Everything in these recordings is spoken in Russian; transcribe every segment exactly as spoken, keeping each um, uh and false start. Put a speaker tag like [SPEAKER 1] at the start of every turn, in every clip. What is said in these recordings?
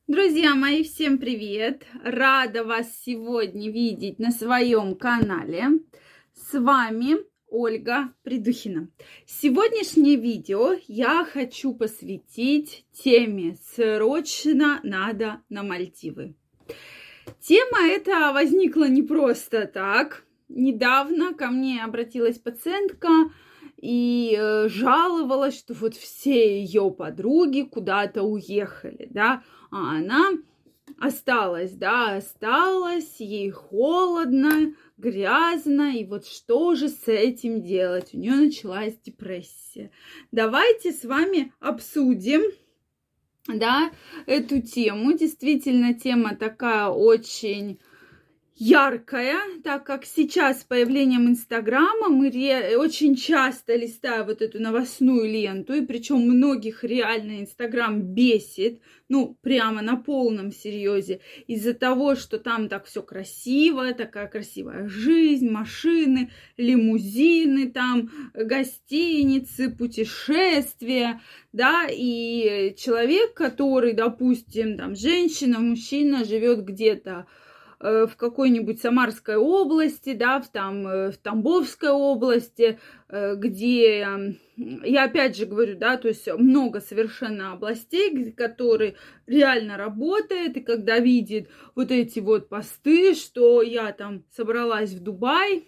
[SPEAKER 1] Друзья мои, всем привет! Рада вас сегодня видеть на своем канале. С вами Ольга Придухина. Сегодняшнее видео я хочу посвятить теме «Срочно надо на Мальдивы». Тема эта возникла не просто так. Недавно ко мне обратилась пациентка и э, жаловалась, что вот все ее подруги куда-то уехали, да, а она осталась, да, осталась, ей холодно, грязно, и вот что же с этим делать? У нее началась депрессия. Давайте с вами обсудим, да, эту тему. Действительно, тема такая очень яркая, так как сейчас с появлением Инстаграма мы ре- очень часто листаем вот эту новостную ленту, и причем многих реально Инстаграм бесит, ну, прямо на полном серьезе, из-за того, что там так все красиво, такая красивая жизнь, машины, лимузины, там гостиницы, путешествия, да, и человек, который, допустим, там, женщина, мужчина живет где-то в какой-нибудь Самарской области, да, в, там, в Тамбовской области, где, я опять же говорю, да, то есть много совершенно областей, которые реально работают, и когда видит вот эти вот посты, что я там собралась в Дубай,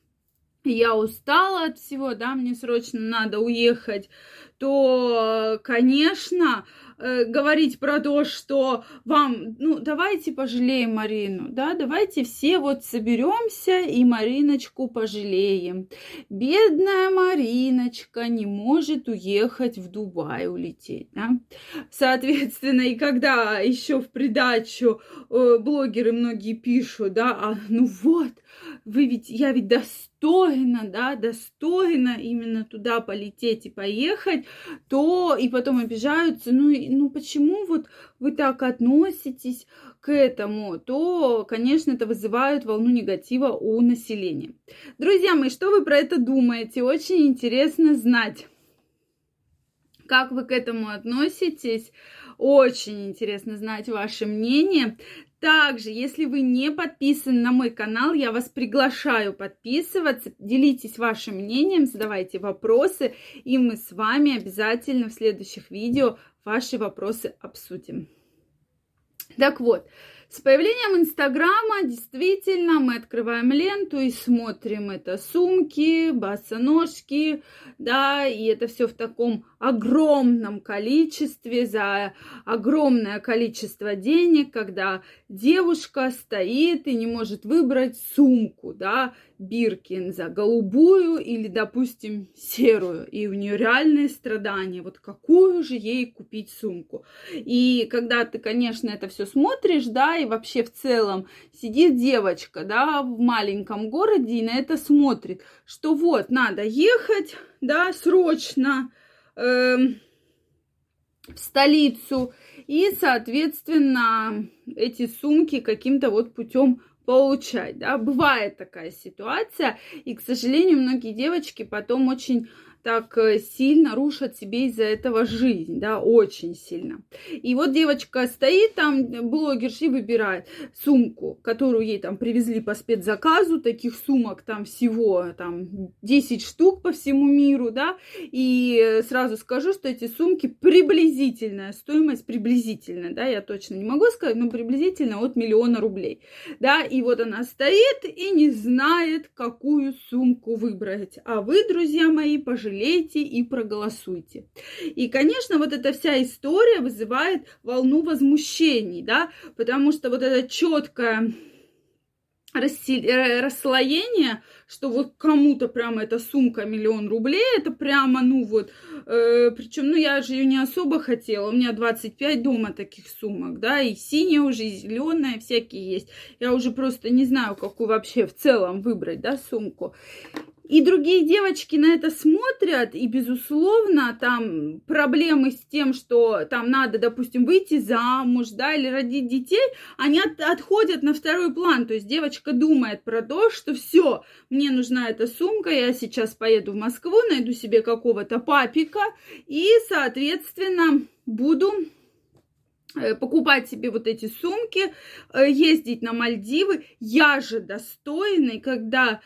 [SPEAKER 1] я устала от всего, да, мне срочно надо уехать, то, конечно, э, говорить про то, что вам, ну, давайте пожалеем Марину, да, давайте все вот соберемся и Мариночку пожалеем. Бедная Мариночка не может уехать в Дубай, улететь, да. Соответственно, и когда еще в придачу э, блогеры многие пишут, да, а, ну вот, вы ведь, я ведь достойна, да, достойна именно туда полететь и поехать, то и потом обижаются, ну, ну почему вот вы так относитесь к этому, то, конечно, это вызывает волну негатива у населения. Друзья мои, что вы про это думаете? Очень интересно знать. Как вы к этому относитесь? Очень интересно знать ваше мнение. Также, если вы не подписаны на мой канал, я вас приглашаю подписываться, делитесь вашим мнением, задавайте вопросы, и мы с вами обязательно в следующих видео ваши вопросы обсудим. Так вот, с появлением Инстаграма действительно мы открываем ленту и смотрим это сумки, босоножки, да, и это все в таком огромном количестве, за огромное количество денег, когда девушка стоит и не может выбрать сумку, да, Биркин за голубую или, допустим, серую, и у нее реальные страдания, вот какую же ей купить сумку. И когда ты, конечно, это все смотришь, да, и вообще в целом сидит девочка, да, в маленьком городе и на это смотрит, что вот, надо ехать, да, срочно э, в столицу, и, соответственно, эти сумки каким-то вот путем получать, да, бывает такая ситуация, и, к сожалению, многие девочки потом очень так сильно рушат себе из-за этого жизнь, да, очень сильно. И вот девочка стоит там, блогерша, и выбирает сумку, которую ей там привезли по спецзаказу, таких сумок там всего там десять штук по всему миру, да, и сразу скажу, что эти сумки приблизительная стоимость, приблизительно, да, я точно не могу сказать, но приблизительно от миллиона рублей, да, и вот она стоит и не знает, какую сумку выбрать, а вы, друзья мои, пожалеете и проголосуйте. И, конечно, вот эта вся история вызывает волну возмущений, да, потому что вот это четкое расслоение, что вот кому-то прямо эта сумка миллион рублей, это прямо, ну вот, э, причем, ну я же ее не особо хотела, у меня двадцать пять дома таких сумок, да, и синяя уже, и зеленая, всякие есть, я уже просто не знаю, какую вообще в целом выбрать, да, сумку. И другие девочки на это смотрят, и, безусловно, там проблемы с тем, что там надо, допустим, выйти замуж, да, или родить детей, они от, отходят на второй план. То есть девочка думает про то, что все, мне нужна эта сумка, я сейчас поеду в Москву, найду себе какого-то папика и, соответственно, буду покупать себе вот эти сумки, ездить на Мальдивы. Я же достойный, когда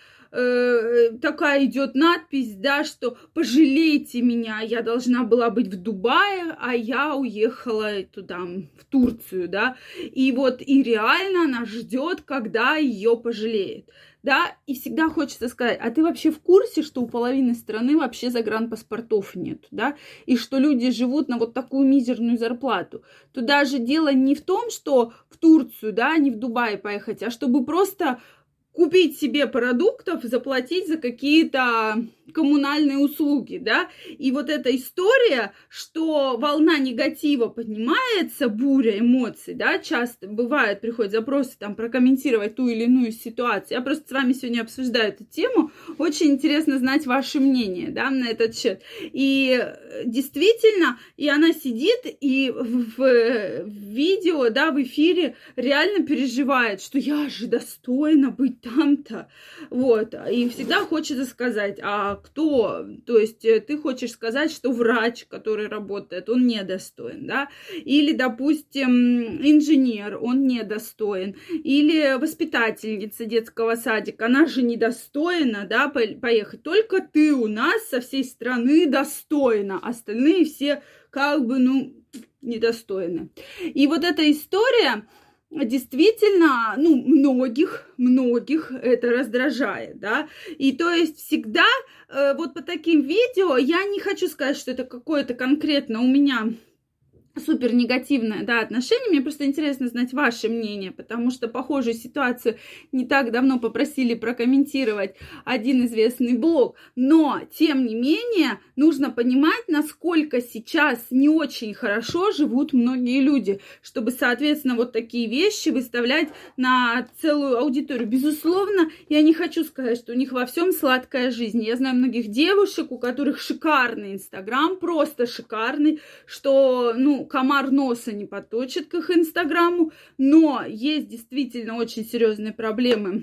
[SPEAKER 1] э, такая идет надпись, да, что пожалейте меня, я должна была быть в Дубае, а я уехала туда, в Турцию, да. И вот и реально она ждет, когда ее пожалеет. Да, и всегда хочется сказать, а ты вообще в курсе, что у половины страны вообще загранпаспортов нет, да, и что люди живут на вот такую мизерную зарплату? То даже дело не в том, что в Турцию, да, не в Дубай поехать, а чтобы просто купить себе продуктов, заплатить за какие-то коммунальные услуги, да, и вот эта история, что волна негатива поднимается, буря эмоций, да, часто бывает, приходят запросы там прокомментировать ту или иную ситуацию, я просто с вами сегодня обсуждаю эту тему, очень интересно знать ваше мнение, да, на этот счет, и действительно, и она сидит и в, в видео, да, в эфире реально переживает, что я же достойна быть там-то, вот, и всегда хочется сказать, а кто, то есть ты хочешь сказать, что врач, который работает, он недостоин, да, или, допустим, инженер, он недостоин, или воспитательница детского садика, она же недостойна, да, поехать, только ты у нас со всей страны достойна, остальные все как бы, ну, недостойны. И вот эта история действительно, ну, многих, многих это раздражает, да, и то есть всегда э, вот по таким видео я не хочу сказать, что это какое-то конкретно у меня супер негативное, да, отношение. Мне просто интересно знать ваше мнение, потому что похожую ситуацию не так давно попросили прокомментировать один известный блог. Но, тем не менее, нужно понимать, насколько сейчас не очень хорошо живут многие люди, чтобы, соответственно, вот такие вещи выставлять на целую аудиторию. Безусловно, я не хочу сказать, что у них во всем сладкая жизнь. Я знаю многих девушек, у которых шикарный Инстаграм, просто шикарный, что, ну, комар носа не поточит к их инстаграму, но есть действительно очень серьезные проблемы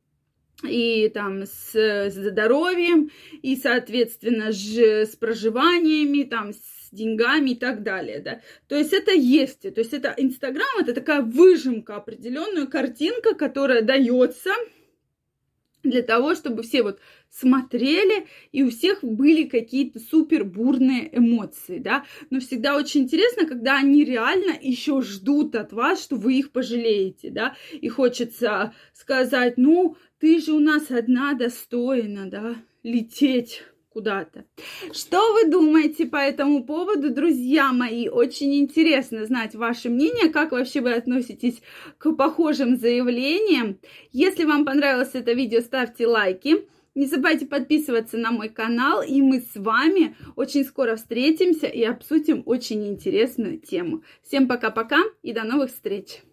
[SPEAKER 1] и там с, с здоровьем, и, соответственно, ж, с проживаниями, там, с деньгами и так далее, да. То есть это есть, то есть это Инстаграм, это такая выжимка, определенная картинка, которая дается для того, чтобы все вот смотрели, и у всех были какие-то супер бурные эмоции, да. Но всегда очень интересно, когда они реально еще ждут от вас, что вы их пожалеете, да. И хочется сказать, ну, ты же у нас одна достойна, да, лететь куда-то. Что вы думаете по этому поводу, друзья мои? Очень интересно знать ваше мнение, как вообще вы относитесь к похожим заявлениям. Если вам понравилось это видео, ставьте лайки. Не забывайте подписываться на мой канал, и мы с вами очень скоро встретимся и обсудим очень интересную тему. Всем пока-пока и до новых встреч!